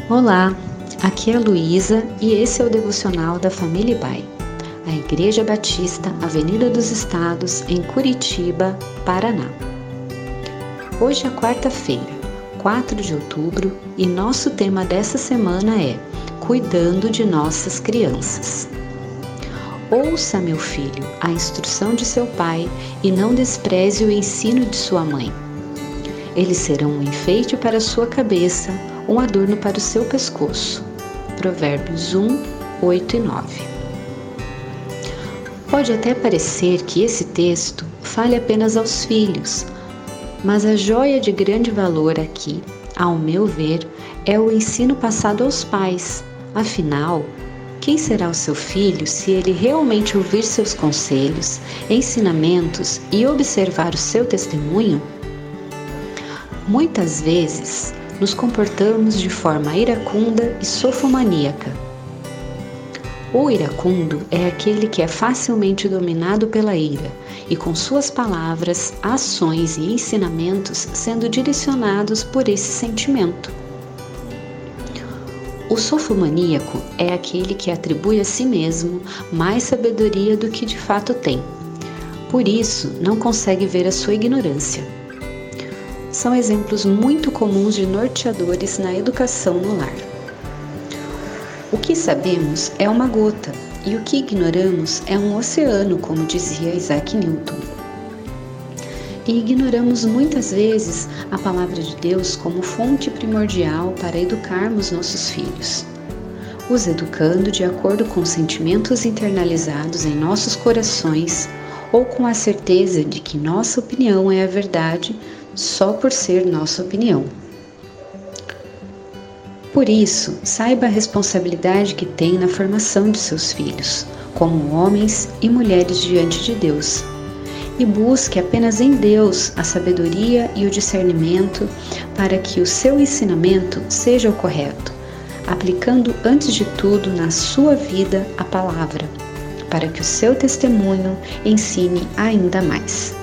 Olá, aqui é a Luísa e esse é o devocional da Família Bai, a Igreja Batista Avenida dos Estados, em Curitiba, Paraná. Hoje é quarta-feira, 4 de outubro, e nosso tema dessa semana é Cuidando de nossas crianças. Ouça, meu filho, a instrução de seu pai e não despreze o ensino de sua mãe. Eles serão um enfeite para a sua cabeça, um adorno para o seu pescoço. Provérbios 1, 8 e 9. Pode até parecer que esse texto fale apenas aos filhos, mas a joia de grande valor aqui, ao meu ver, é o ensino passado aos pais. Afinal, quem será o seu filho se ele realmente ouvir seus conselhos, ensinamentos e observar o seu testemunho? Muitas vezes, nos comportamos de forma iracunda e sofomaníaca. O iracundo é aquele que é facilmente dominado pela ira e com suas palavras, ações e ensinamentos sendo direcionados por esse sentimento. O sofomaníaco é aquele que atribui a si mesmo mais sabedoria do que de fato tem. Por isso, não consegue ver a sua ignorância. São exemplos muito comuns de norteadores na educação no lar. O que sabemos é uma gota e o que ignoramos é um oceano, como dizia Isaac Newton. E ignoramos muitas vezes a palavra de Deus como fonte primordial para educarmos nossos filhos, os educando de acordo com sentimentos internalizados em nossos corações ou com a certeza de que nossa opinião é a verdade só por ser nossa opinião. Por isso, saiba a responsabilidade que tem na formação de seus filhos, como homens e mulheres diante de Deus, e busque apenas em Deus a sabedoria e o discernimento para que o seu ensinamento seja o correto, aplicando antes de tudo na sua vida a palavra, para que o seu testemunho ensine ainda mais.